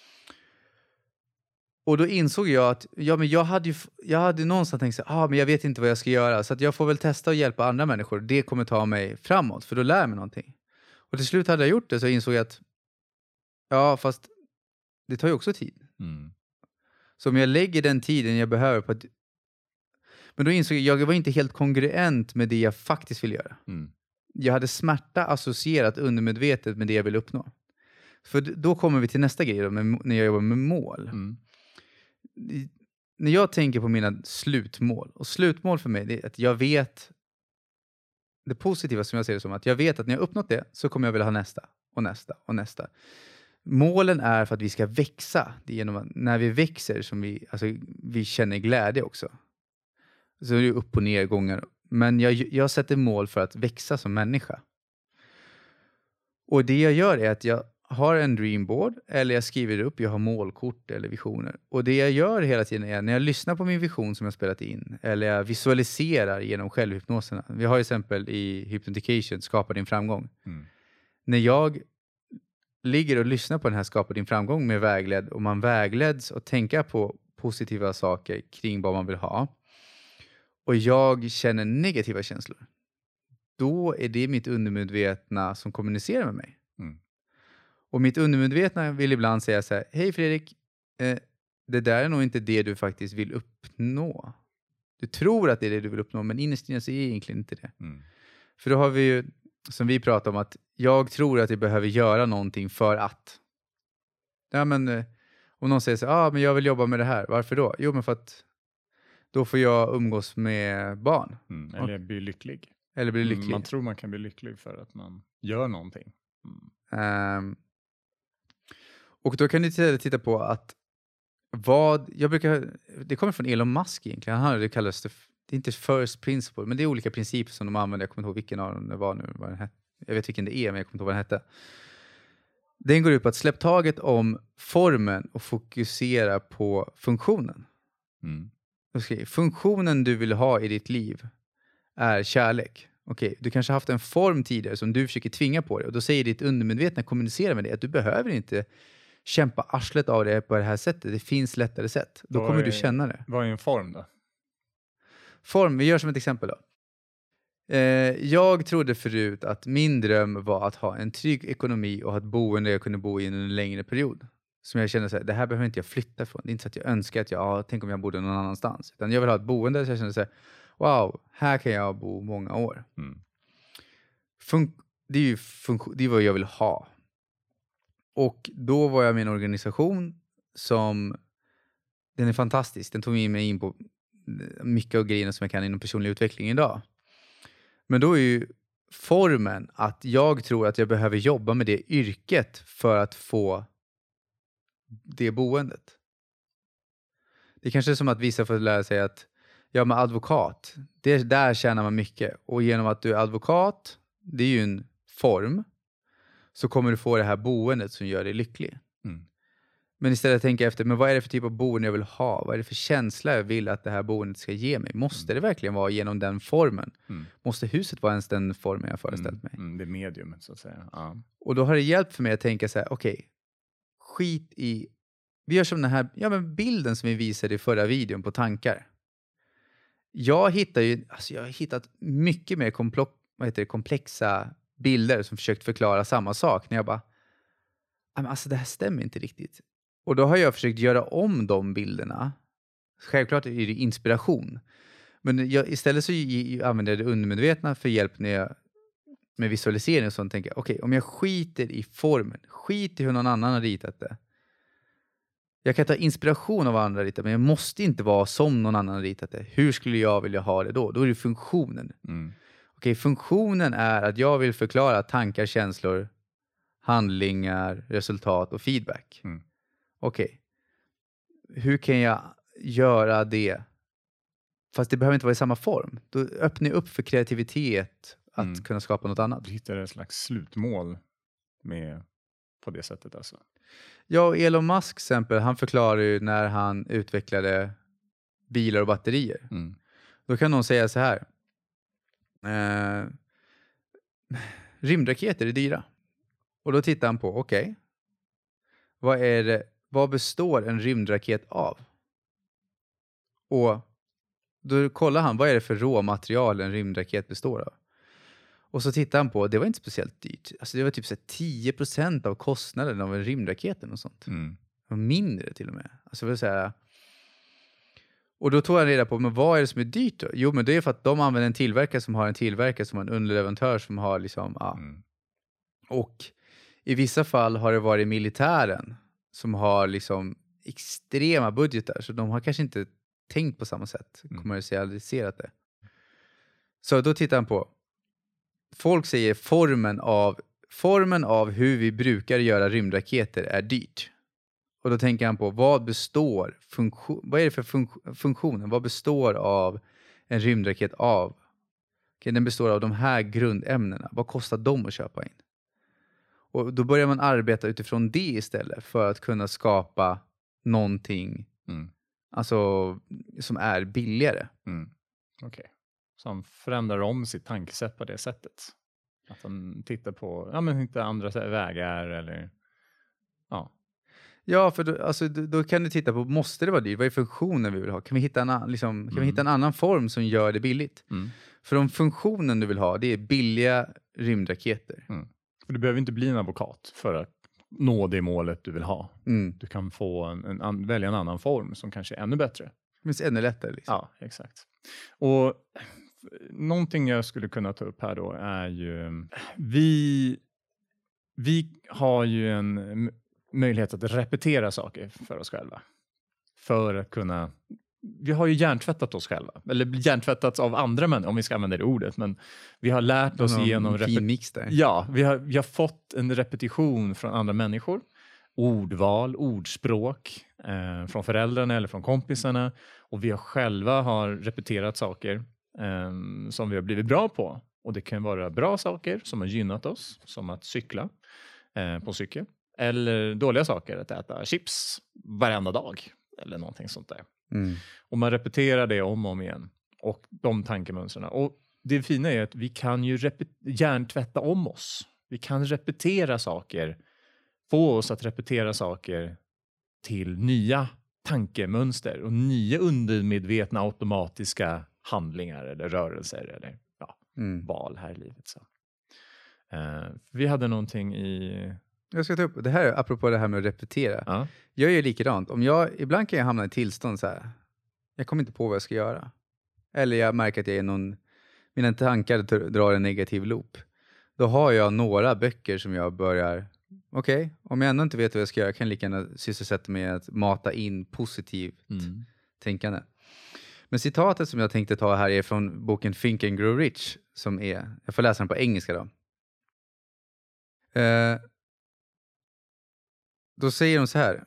Och då insåg jag att men jag hade någonstans tänkt så men jag vet inte vad jag ska göra. Så att jag får väl testa att hjälpa andra människor. Det kommer ta mig framåt, för då lär jag mig någonting. Och till slut hade jag gjort det, så insåg jag att fast det tar ju också tid. Mm. Så om jag lägger den tiden jag behöver på att... Men då insåg jag var inte helt kongruent med det jag faktiskt vill göra. Mm. Jag hade smärta associerat undermedvetet med det jag vill uppnå. För då kommer vi till nästa grej då, när jag jobbar med mål. Mm. När jag tänker på mina slutmål. Och slutmål för mig, det är att jag vet... Det positiva som jag ser det som, att jag vet att när jag uppnått det så kommer jag vilja ha nästa och nästa och nästa. Målen är för att vi ska växa. Det är genom att när vi växer som vi känner glädje också. Så är det upp- och nedgångar. Men jag sätter mål för att växa som människa. Och det jag gör är att jag har en dreamboard, eller jag skriver upp, jag har målkort eller visioner. Och det jag gör hela tiden är när jag lyssnar på min vision som jag spelat in, eller jag visualiserar genom självhypnoserna. Vi har exempel i Hypnotication, Skapa din framgång. Mm. När jag ligger och lyssnar på den här Skapa din framgång med vägledd, och man vägleds och tänka på positiva saker kring vad man vill ha, och jag känner negativa känslor, då är det mitt undermedvetna som kommunicerar med mig. Mm. Och mitt undermedvetna vill ibland säga så här: hej Fredrik, det där är nog inte det du faktiskt vill uppnå. Du tror att det är det du vill uppnå, men innerst inne så är det egentligen inte det. Mm. För då har vi ju, som vi pratar om, att jag tror att jag behöver göra någonting för att. Ja, men om någon säger så här, men jag vill jobba med det här. Varför då? Jo, men för att då får jag umgås med barn. Mm. Eller bli lycklig. Eller bli lycklig. Man tror man kan bli lycklig för att man gör någonting. Mm. Och då kan ni titta på att det kommer från Elon Musk egentligen. Det kallas det är inte first principle, men det är olika principer som de använder. Jag kommer inte ihåg vilken av dem det var nu. Vad den hette. Jag vet vilken det är, men jag kommer inte ihåg vad den hette. Den går ut på att släpp taget om formen och fokusera på funktionen. Mm. Funktionen du vill ha i ditt liv är kärlek. Okej, du kanske har haft en form tidigare som du försöker tvinga på dig. Och då säger ditt undermedvetna, kommunicera med dig, att du behöver inte kämpa arslet av det på det här sättet. Det finns lättare sätt. Då kommer du känna det. Vad är en form då? Form, vi gör som ett exempel då. Jag trodde förut att min dröm var att ha en trygg ekonomi och ha ett boende jag kunde bo i under en längre period. Som jag känner så här, det här behöver inte jag flytta ifrån. Det är inte så att jag önskar att tänk om jag bodde någon annanstans. Utan jag vill ha ett boende så jag känner så här, wow, här kan jag bo många år. Mm. Det är vad jag vill ha. Och då var jag med i en organisation som, den är fantastisk. Den tog mig in på mycket av grejerna som jag kan inom personlig utveckling idag. Men då är ju formen att jag tror att jag behöver jobba med det yrket för att få det boendet. Det kanske är som att vissa får lära sig att med advokat, där tjänar man mycket. Och genom att du är advokat, det är ju en form, så kommer du få det här boendet som gör dig lycklig. Mm. Men istället tänka efter, men vad är det för typ av boende jag vill ha? Vad är det för känsla jag vill att det här boendet ska ge mig? Måste det verkligen vara genom den formen? Mm. Måste huset vara ens den formen jag föreställt mig? Det är mediumet så att säga. Ja. Och då har det hjälpt för mig att tänka så här, okej, skit i... Vi gör som den här bilden som vi visade i förra videon på tankar. Jag har hittat mycket mer komplexa bilder som försökt förklara samma sak. När jag bara, det här stämmer inte riktigt. Och då har jag försökt göra om de bilderna. Självklart är det inspiration. Men istället så använder jag det undermedvetna för hjälp med visualisering och sånt. Tänker jag, okej, om jag skiter i formen, skiter i hur någon annan har ritat det. Jag kan ta inspiration av andra ritat, men jag måste inte vara som någon annan har ritat det. Hur skulle jag vilja ha det då? Då är det funktionen. Mm. Okej, funktionen är att jag vill förklara tankar, känslor, handlingar, resultat och feedback. Mm. Okej. hur kan jag göra det? Fast det behöver inte vara i samma form. Då öppnar jag upp för kreativitet att kunna skapa något annat. Du hittar ett slags slutmål med på det sättet alltså. Ja, och Elon Musk exempel, han förklarar ju när han utvecklade bilar och batterier. Då kan någon säga så här. Rymdraketer är dyra. Och då tittar han på, okej. Vad består en rymdraket av? Och då kollar han, vad är det för råmaterial en rymdraket består av? Och så tittar han på, det var inte speciellt dyrt. Alltså det var typ så 10% av kostnaden av en rymdraket och sånt. Och mindre till och med. Alltså vill säga. Och då tog han reda på, men vad är det som är dyrt då? Jo, men det är för att de använder en tillverkare som har en underleverantör som har liksom, Och i vissa fall har det varit militären som har liksom extrema budgetar. Så de har kanske inte tänkt på samma sätt. Kommersialiserat det. Så då tittar han på. Folk säger formen av hur vi brukar göra rymdraketer är dyrt. Och då tänker han på vad är det för funktionen? Vad består av en rymdraket av? Okay, den består av de här grundämnena. Vad kostar de att köpa in? Och då börjar man arbeta utifrån det istället för att kunna skapa någonting alltså, som är billigare. Okej. Som förändrar om sitt tankesätt på det sättet. Att de tittar på, hitta andra vägar eller Ja, för då kan du titta på, måste det vara dyrt? Vad är funktionen vi vill ha? Kan vi hitta en annan form som gör det billigt? För om funktionen du vill ha, det är billiga rymdraketer. För du behöver inte bli en advokat för att nå det målet du vill ha. Du kan få välja en annan form som kanske är ännu bättre. Det är ännu lättare. Liksom. Ja, exakt. Och någonting jag skulle kunna ta upp här då är ju, vi har ju en möjlighet att repetera saker för oss själva. För att kunna, vi har ju hjärntvättat oss själva. Eller hjärntvättats av andra människor, om vi ska använda det ordet. Men vi har lärt oss genom Ja, vi har fått en repetition från andra människor. Ordval, ordspråk från föräldrarna eller från kompisarna. Och vi själva har repeterat saker som vi har blivit bra på. Och det kan vara bra saker som har gynnat oss. Som att cykla på cykel. Eller dåliga saker, att äta chips varenda dag. Eller någonting sånt där. Och man repeterar det om och om igen. Och de tankemönstren. Och det fina är att vi kan ju hjärntvätta om oss. Vi kan repetera saker. Få oss att repetera saker till nya tankemönster. Och nya undermedvetna automatiska handlingar eller rörelser. Eller val här i livet. Så. Vi hade någonting i... Jag ska ta upp det här, apropå det här med att repetera. Ja. Jag gör likadant. Ibland kan jag hamna i tillstånd så här. Jag kommer inte på vad jag ska göra. Eller jag märker att jag är mina tankar drar en negativ loop. Då har jag några böcker som jag börjar... Okej, om jag ändå inte vet vad jag ska göra kan jag lika gärna sysselsätta mig med att mata in positivt tänkande. Men citatet som jag tänkte ta här är från boken Think and Grow Rich. Jag får läsa den på engelska då. Då säger de så här.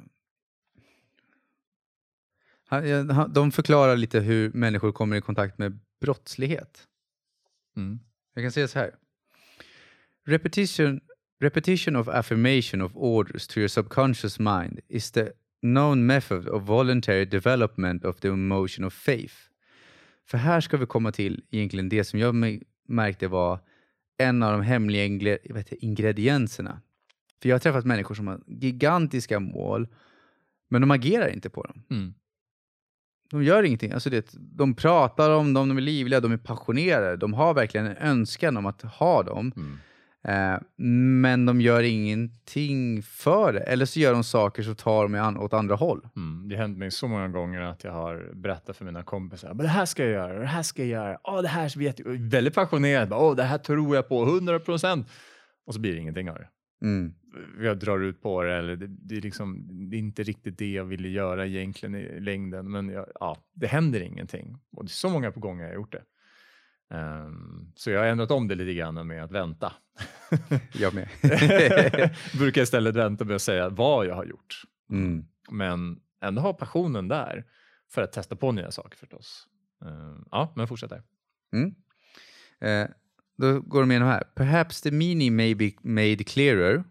De förklarar lite hur människor kommer i kontakt med brottslighet. Jag kan säga så här. Repetition of affirmation of orders to your subconscious mind is the known method of voluntary development of the emotion of faith. För här ska vi komma till egentligen det som jag märkte var en av de hemliga ingredienserna. För jag har träffat människor som har gigantiska mål, men de agerar inte på dem. De gör ingenting. Alltså de pratar om dem, de är livliga, de är passionerade. De har verkligen en önskan om att ha dem. Men de gör ingenting för det. Eller så gör de saker som tar dem åt andra håll. Det har hänt mig så många gånger att jag har berättat för mina kompisar. Men det här ska jag göra, det här ska jag göra. Det här vet jag. Väldigt passionerad. Det här tror jag på 100%. Och så blir det ingenting av det. Jag drar ut på det. Eller det är inte riktigt det jag ville göra egentligen i längden. Men det händer ingenting. Och det är så många gånger jag har gjort det. Så jag har ändrat om det lite grann med att vänta. Jag med. Brukar istället vänta med att säga vad jag har gjort. Men ändå ha passionen där för att testa på nya saker förstås. Ja, men fortsätt där. Då går de igenom här. Perhaps the meaning may be made clearer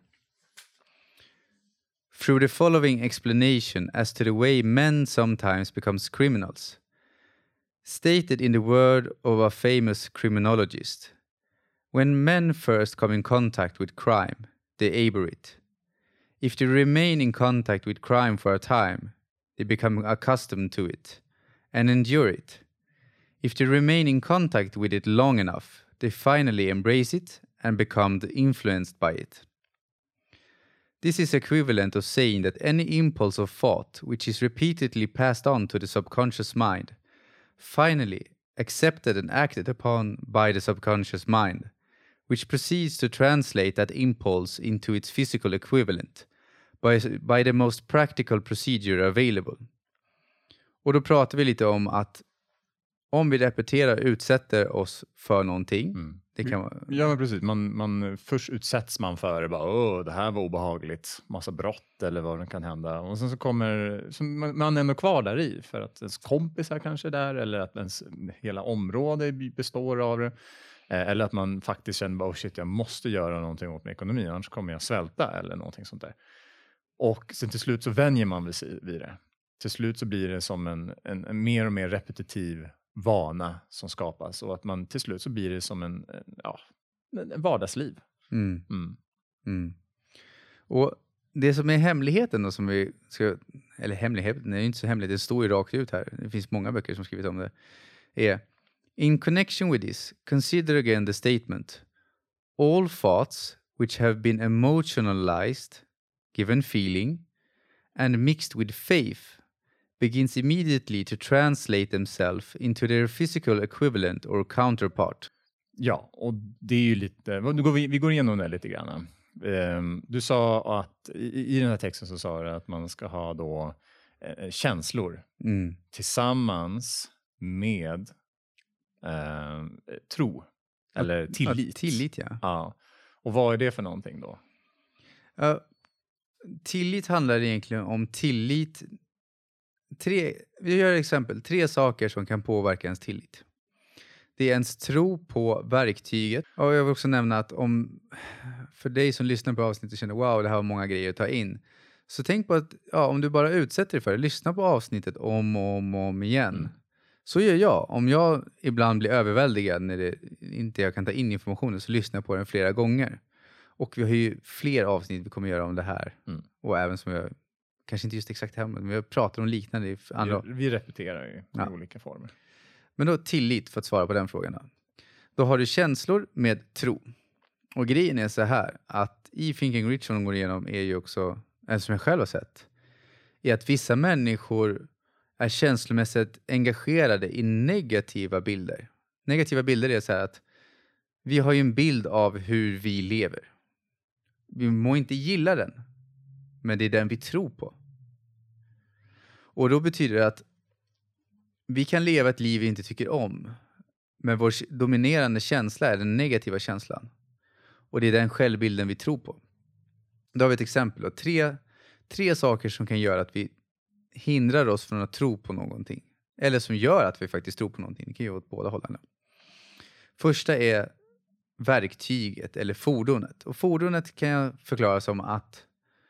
through the following explanation as to the way men sometimes becomes criminals. Stated in the word of a famous criminologist, when men first come in contact with crime, they abhor it. If they remain in contact with crime for a time, they become accustomed to it and endure it. If they remain in contact with it long enough, they finally embrace it and become influenced by it. This is equivalent of saying that any impulse of thought which is repeatedly passed on to the subconscious mind, finally accepted and acted upon by the subconscious mind, which proceeds to translate that impulse into its physical equivalent by the most practical procedure available. Och då pratar vi lite om att om vi repeterar utsätter oss för någonting. Det kan vara... Ja, men precis. Först utsätts man för det. Bara, det här var obehagligt. Massa brott eller vad det kan hända. Och sen så kommer man ändå kvar där i. För att ens kompisar kanske är där. Eller att ens hela område består av det. Eller att man faktiskt känner bara, jag måste göra någonting åt min ekonomi. Annars kommer jag svälta eller någonting sånt där. Och sen till slut så vänjer man vid det. Till slut så blir det som en mer och mer repetitiv vana som skapas. Och att man till slut så blir det som en vardagsliv. Och det som är hemligheten då, som vi ska, eller hemligheten är ju inte så hemligt, det står ju rakt ut här. Det finns många böcker som skrivit om det. Är in connection with this, consider again the statement. All thoughts which have been emotionalized, given feeling, and mixed with faith begins immediately to translate themselves into their physical equivalent or counterpart. Ja, och det är ju lite... Vi går igenom det lite grann. Du sa att i den här texten så sa du att man ska ha då känslor tillsammans med tro eller tillit. Tillit, ja. Och vad är det för någonting då? Tillit handlar egentligen om tillit. Vi gör exempel. 3 saker som kan påverka ens tillit. Det är ens tro på verktyget. Och jag vill också nämna att för dig som lyssnar på avsnittet känner wow, det här var många grejer att ta in. Så tänk på att om du bara utsätter dig för det, lyssna på avsnittet om igen. Så gör jag. Om jag ibland blir överväldigad när jag kan ta in informationen, så lyssnar jag på den flera gånger. Och vi har ju fler avsnitt vi kommer göra om det här. Och även som jag, kanske inte just exakt här, men vi pratar om liknande i andra. Vi repeterar ju i olika former. Men då tillit, för att svara på den frågan. Då har du känslor med tro. Och grejen är så här, att i Thinking Rich som de går igenom är ju också, som jag själv har sett, är att vissa människor är känslomässigt engagerade i negativa bilder. Negativa bilder är så här att vi har ju en bild av hur vi lever. Vi må inte gilla den, men det är den vi tror på. Och då betyder det att vi kan leva ett liv vi inte tycker om, men vår dominerande känsla är den negativa känslan. Och det är den självbilden vi tror på. Då har vi ett exempel. Då. Tre saker som kan göra att vi hindrar oss från att tro på någonting. Eller som gör att vi faktiskt tror på någonting. Det kan ju vara åt båda hållen. Första är verktyget eller fordonet. Och fordonet kan jag förklara som att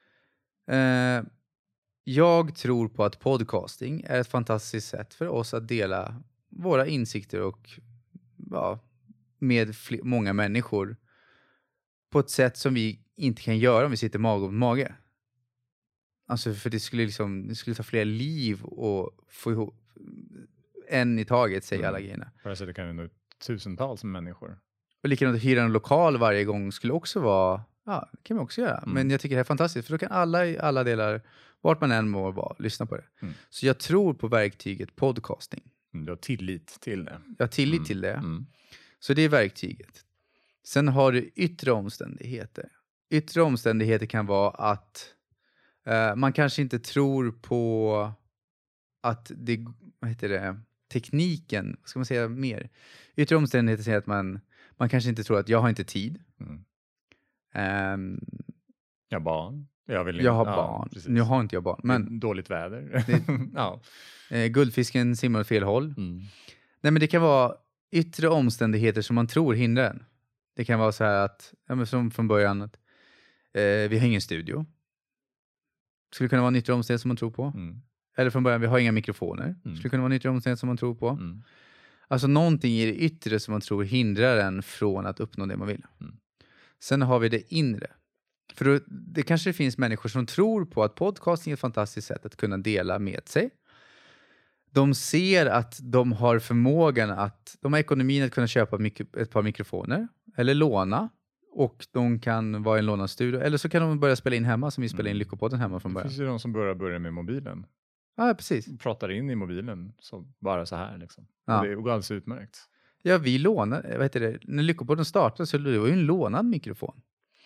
jag tror på att podcasting är ett fantastiskt sätt för oss att dela våra insikter och med många människor på ett sätt som vi inte kan göra om vi sitter mage mot mage. Alltså för det skulle ta flera liv och få ihop en i taget, säger alla grejerna. På det sättet kan vi nå tusentals människor. Och likadant att hyra en lokal varje gång skulle också vara, det kan vi också göra. Men jag tycker det är fantastiskt, för då kan alla i alla delar, vart man än må vara, lyssna på det. Så jag tror på verktyget podcasting. Du har tillit till det. Jag har tillit till det. Så det är verktyget. Sen har du yttre omständigheter. Yttre omständigheter kan vara att man kanske inte tror på att det, tekniken, vad ska man säga mer? Yttre omständigheter säger att man kanske inte tror att jag har inte tid. Jag har barn. Jag har barn. Precis. Nu har inte jag barn. Men Dåligt väder. Ja. Guldfisken simmar åt fel håll. Nej, men det kan vara yttre omständigheter som man tror hindrar en. Det kan vara så här att, som från början, att vi har ingen studio. Skulle kunna vara en yttre omständighet som man tror på. Eller från början, vi har inga mikrofoner. Skulle kunna vara en yttre omständighet som man tror på. Alltså någonting i det yttre som man tror hindrar en från att uppnå det man vill. Sen har vi det inre. För då, det kanske finns människor som tror på att podcasting är ett fantastiskt sätt att kunna dela med sig. De ser att de har förmågan att, de har ekonomin att kunna köpa ett par mikrofoner. Eller låna. Och de kan vara i en lånad studio. Eller så kan de börja spela in hemma, som vi spelar in Lyckopodden hemma från början. Det finns ju de som börjar med mobilen. Ja, precis. Pratar in i mobilen, så bara så här liksom. Ja. Och det går alldeles utmärkt. Ja, vi lånade, när Lyckopodden startade så det var ju en lånad mikrofon.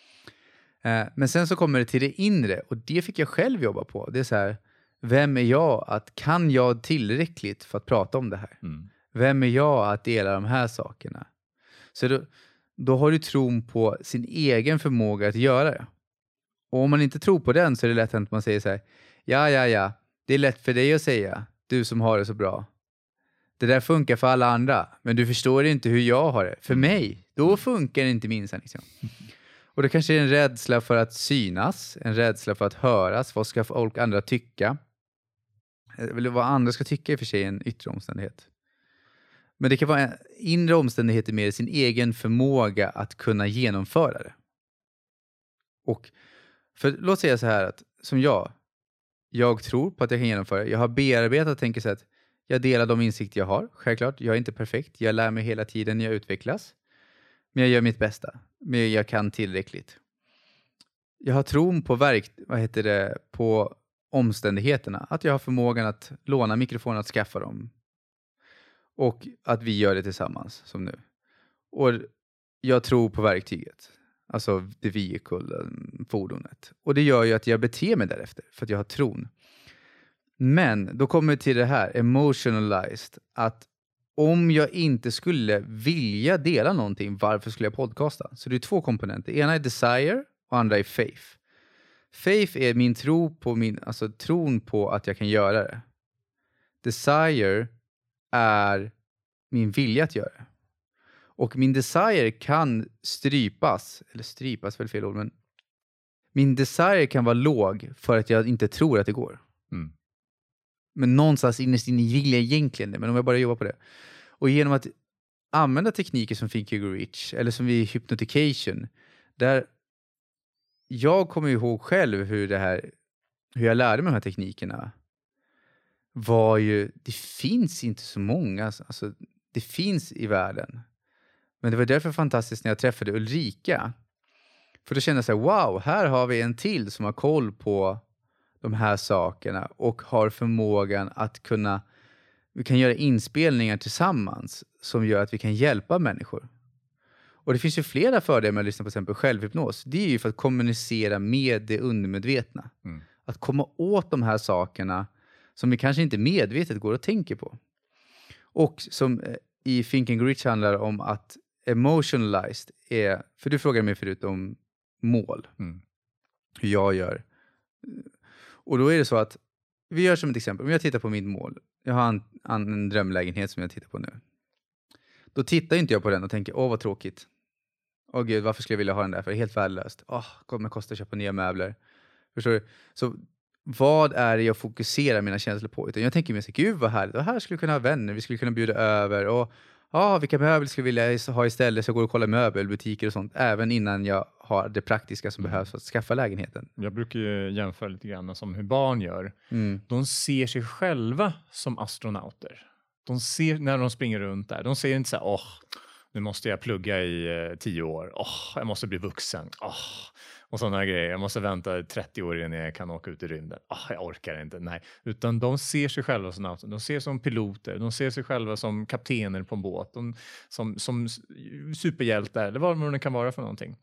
Men sen så kommer det till det inre, och det fick jag själv jobba på. Det är så här, vem är jag kan jag tillräckligt för att prata om det här? Vem är jag att dela de här sakerna? Så då har du tron på sin egen förmåga att göra det. Och om man inte tror på den så är det lätt att man säger så här, ja, det är lätt för dig att säga, du som har det så bra. Det där funkar för alla andra, men du förstår inte hur jag har det. För mig, då funkar det inte minst. Liksom. Och det kanske är en rädsla för att synas, en rädsla för att höras. Vad ska folk andra tycka? Eller vad andra ska tycka är för sig en yttre omständighet. Men det kan vara en inre omständighet med sin egen förmåga att kunna genomföra det. Och låt säga så här att som jag tror på att jag kan genomföra det. Jag har bearbetat och tänker så att jag delar de insikter jag har. Självklart, jag är inte perfekt. Jag lär mig hela tiden när jag utvecklas. Men jag gör mitt bästa. Men jag kan tillräckligt. Jag har tron på på omständigheterna. Att jag har förmågan att låna mikrofoner, att skaffa dem. Och att vi gör det tillsammans som nu. Och jag tror på verktyget. Alltså det vehicle, fordonet. Och det gör ju att jag beter mig därefter. För att jag har tron. Men då kommer vi till det här. Emotionalized. Att om jag inte skulle vilja dela någonting, varför skulle jag podcasta? Så det är 2 komponenter. Ena är desire och andra är faith. Faith är min tro på tron på att jag kan göra det. Desire är min vilja att göra det. Och min desire kan strypas är fel ord, men min desire kan vara låg för att jag inte tror att det går. Men någonstans innerst inne vill jag egentligen det, men om jag bara jobbar på det. Och genom att använda tekniker som Think You Grow Rich eller som vid hypnotication, där jag kommer ihåg själv hur jag lärde mig de här teknikerna, var ju, det finns inte så många, alltså det finns i världen. Men det var därför fantastiskt när jag träffade Ulrika. För då kände jag så här, wow, här har vi en till som har koll på de här sakerna och har förmågan att vi kan göra inspelningar tillsammans som gör att vi kan hjälpa människor. Och det finns ju flera fördelar med att lyssna på exempel självhypnos. Det är ju för att kommunicera med det undermedvetna. Att komma åt de här sakerna som vi kanske inte medvetet går och tänker på. Och som i Think and Grow Rich handlar om att emotionalized är, för du frågade mig förut om mål. Hur jag gör. Och då är det så att vi gör som ett exempel. Om jag tittar på mitt mål. Jag har en drömlägenhet som jag tittar på nu. Då tittar inte jag på den och tänker, vad tråkigt. Gud, varför skulle jag vilja ha den där? För det är helt värdelöst. Kommer kosta att köpa nya möbler. Förstår du? Så vad är det jag fokuserar mina känslor på? Utan jag tänker mig så, gud vad härligt. Och här skulle vi kunna ha vänner. Vi skulle kunna bjuda över. Och vilka möbler skulle jag vilja ha istället? Så jag går och kollar möbelbutiker och sånt. Även innan jag har det praktiska som behövs för att skaffa lägenheten. Jag brukar ju jämföra lite grann som hur barn gör. De ser sig själva som astronauter. De ser när de springer runt där. De ser inte så här, nu måste jag plugga i 10 år. Jag måste bli vuxen. Och sådana grejer. Jag måste vänta 30 år innan jag kan åka ut i rymden. Jag orkar inte. Nej. Utan de ser sig själva som astronauter. De ser sig som piloter. De ser sig själva som kaptener på en båt. Som superhjältar. Eller vad det kan vara för någonting.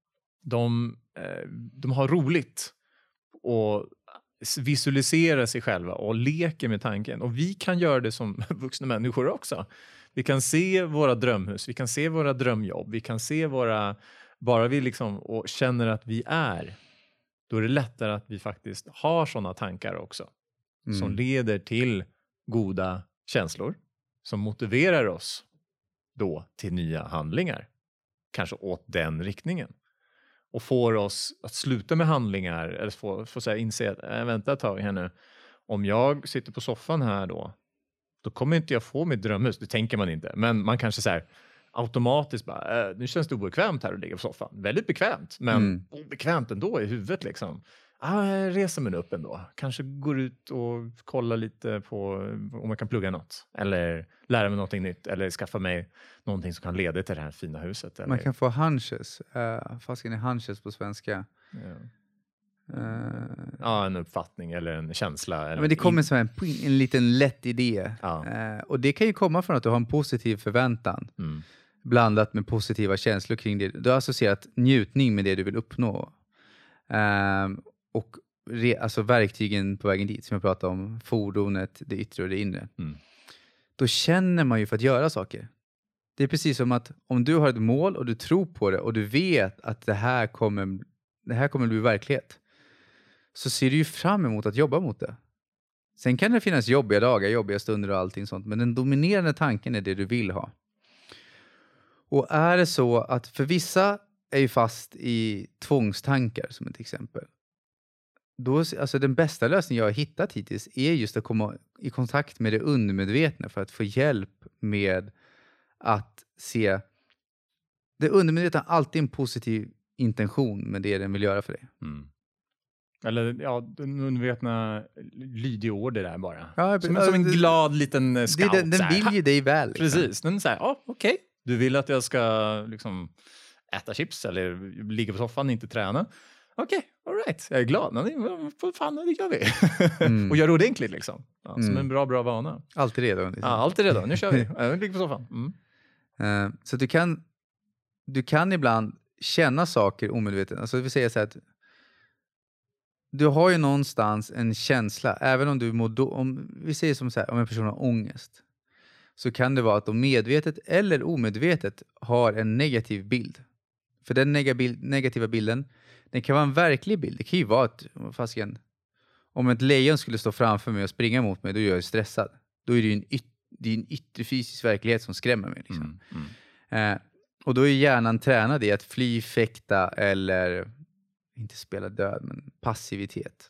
De har roligt. Och visualisera sig själva och leker med tanken. Och vi kan göra det som vuxna människor också. Vi kan se våra drömhus, vi kan se våra drömjobb, vi kan se bara vi liksom och känner att vi är då är det lättare att vi faktiskt har sådana tankar också. Som Mm. leder till goda känslor. Som motiverar oss då till nya handlingar. Kanske åt den riktningen. Och får oss att sluta med handlingar. Eller få så här inse att, vänta ett tag här nu. Om jag sitter på soffan här då kommer inte jag få mitt drömhus. Det tänker man inte. Men man kanske så här automatiskt bara, nu känns det obekvämt här att ligga på soffan. Väldigt bekvämt, men obekvämt ändå i huvudet liksom. Jag reser mig upp ändå. Kanske går ut och kollar lite på om jag kan plugga något. Eller lära mig någonting nytt. Eller skaffa mig någonting som kan leda till det här fina huset. Eller... Man kan få hunches. Fasken är hunches på svenska. Ja, en uppfattning eller en känsla. Eller men det kommer som en liten lätt idé. Ja. Och det kan ju komma från att du har en positiv förväntan. Blandat med positiva känslor kring det. Du har associerat njutning med det du vill uppnå. Och alltså verktygen på vägen dit som jag pratade om. Fordonet, det yttre och det inre. Då känner man ju för att göra saker. Det är precis som att om du har ett mål och du tror på det. Och du vet att det här kommer bli verklighet. Så ser du ju fram emot att jobba mot det. Sen kan det finnas jobbiga dagar, jobbiga stunder och allting sånt. Men den dominerande tanken är det du vill ha. Och är det så att för vissa är ju fast i tvångstankar som ett exempel. Då, alltså den bästa lösningen jag har hittat hittills är just att komma i kontakt med det undermedvetna för att få hjälp med att se. Det undermedvetna har alltid en positiv intention med det den vill göra för dig. Eller ja, den undervetna lyder order där bara. Ja, som en glad liten scout. Den vill ju dig väl. Liksom. Precis, den säger, okej. Du vill att jag ska liksom äta chips eller ligga på soffan och inte träna. Okej, all right. Jag är glad. Fan, det gör vi. Och gör det ordentligt liksom. Ja, som en bra vana. Alltid redo. Liksom. Ja, alltid redo. Nu kör vi. Jag ligger på soffan. Så du kan ibland känna saker omedvetet. Alltså vi säger så här att du har ju någonstans en känsla. Även om du om vi säger som så här, om en person har ångest. Så kan det vara att de medvetet eller omedvetet har en negativ bild. För den negativa bilden, den kan vara en verklig bild. Det kan ju vara att om ett lejon skulle stå framför mig och springa mot mig, då är jag stressad. Då är det ju en yttre fysisk verklighet som skrämmer mig. Liksom. Och då är hjärnan tränad i att fly, fäkta eller inte spela död, men passivitet.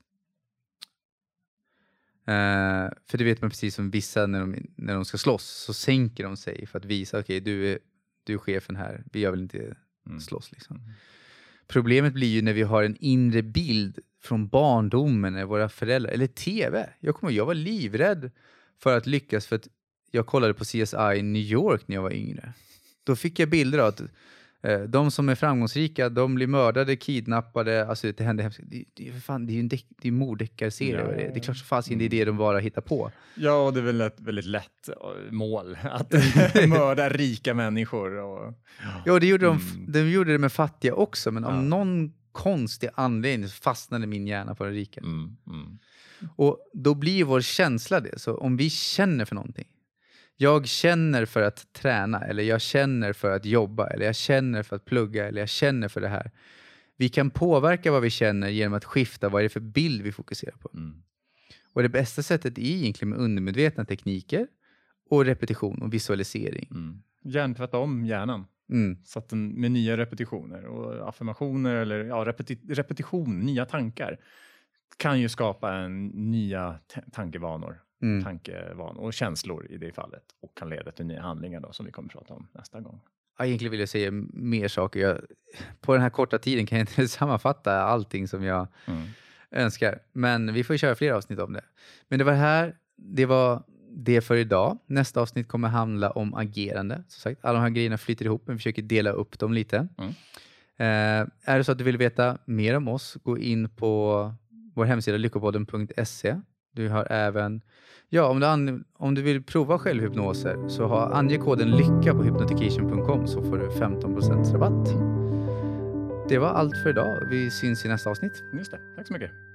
För det vet man precis som vissa när de ska slåss så sänker de sig för att visa okej, du är chefen här, jag vill inte slåss liksom. Problemet blir ju när vi har en inre bild från barndomen eller våra föräldrar eller tv. Jag var livrädd för att lyckas för att jag kollade på CSI i New York när jag var yngre. Då fick jag bilder av att de som är framgångsrika, de blir mördade, kidnappade, alltså det händer hemskt. Det är ju en morddeckarserie. Ja. Det är klart så fast det är det de bara hittar på. Ja, det är väl ett väldigt lätt mål att mörda rika människor. Ja, det gjorde de gjorde det med fattiga också, men av någon konstig anledning fastnade min hjärna på den rika. Och då blir vår känsla det. Så om vi känner för någonting. Jag känner för att träna, eller jag känner för att jobba, eller jag känner för att plugga, eller jag känner för det här. Vi kan påverka vad vi känner genom att skifta vad är det för bild vi fokuserar på. Och det bästa sättet är egentligen med undermedvetna tekniker och repetition och visualisering. Hjärntvätta om hjärnan. Så att med nya repetitioner och affirmationer eller repetition, nya tankar kan ju skapa nya tankevanor. Tankevanor och känslor i det fallet och kan leda till nya handlingar då, som vi kommer att prata om nästa gång. Ja, egentligen vill jag säga mer saker. På den här korta tiden kan jag inte sammanfatta allting som jag önskar. Men vi får köra fler avsnitt om det. Men det var det för idag. Nästa avsnitt kommer handla om agerande. Som sagt, alla de här grejerna flyter ihop, men vi försöker dela upp dem lite. Är det så att du vill veta mer om oss, gå in på vår hemsida lyckopodden.se. Du har även, om du vill prova självhypnoser så ange koden lycka på hypnotication.com så får du 15% rabatt. Det var allt för idag. Vi syns i nästa avsnitt. Just det. Tack så mycket.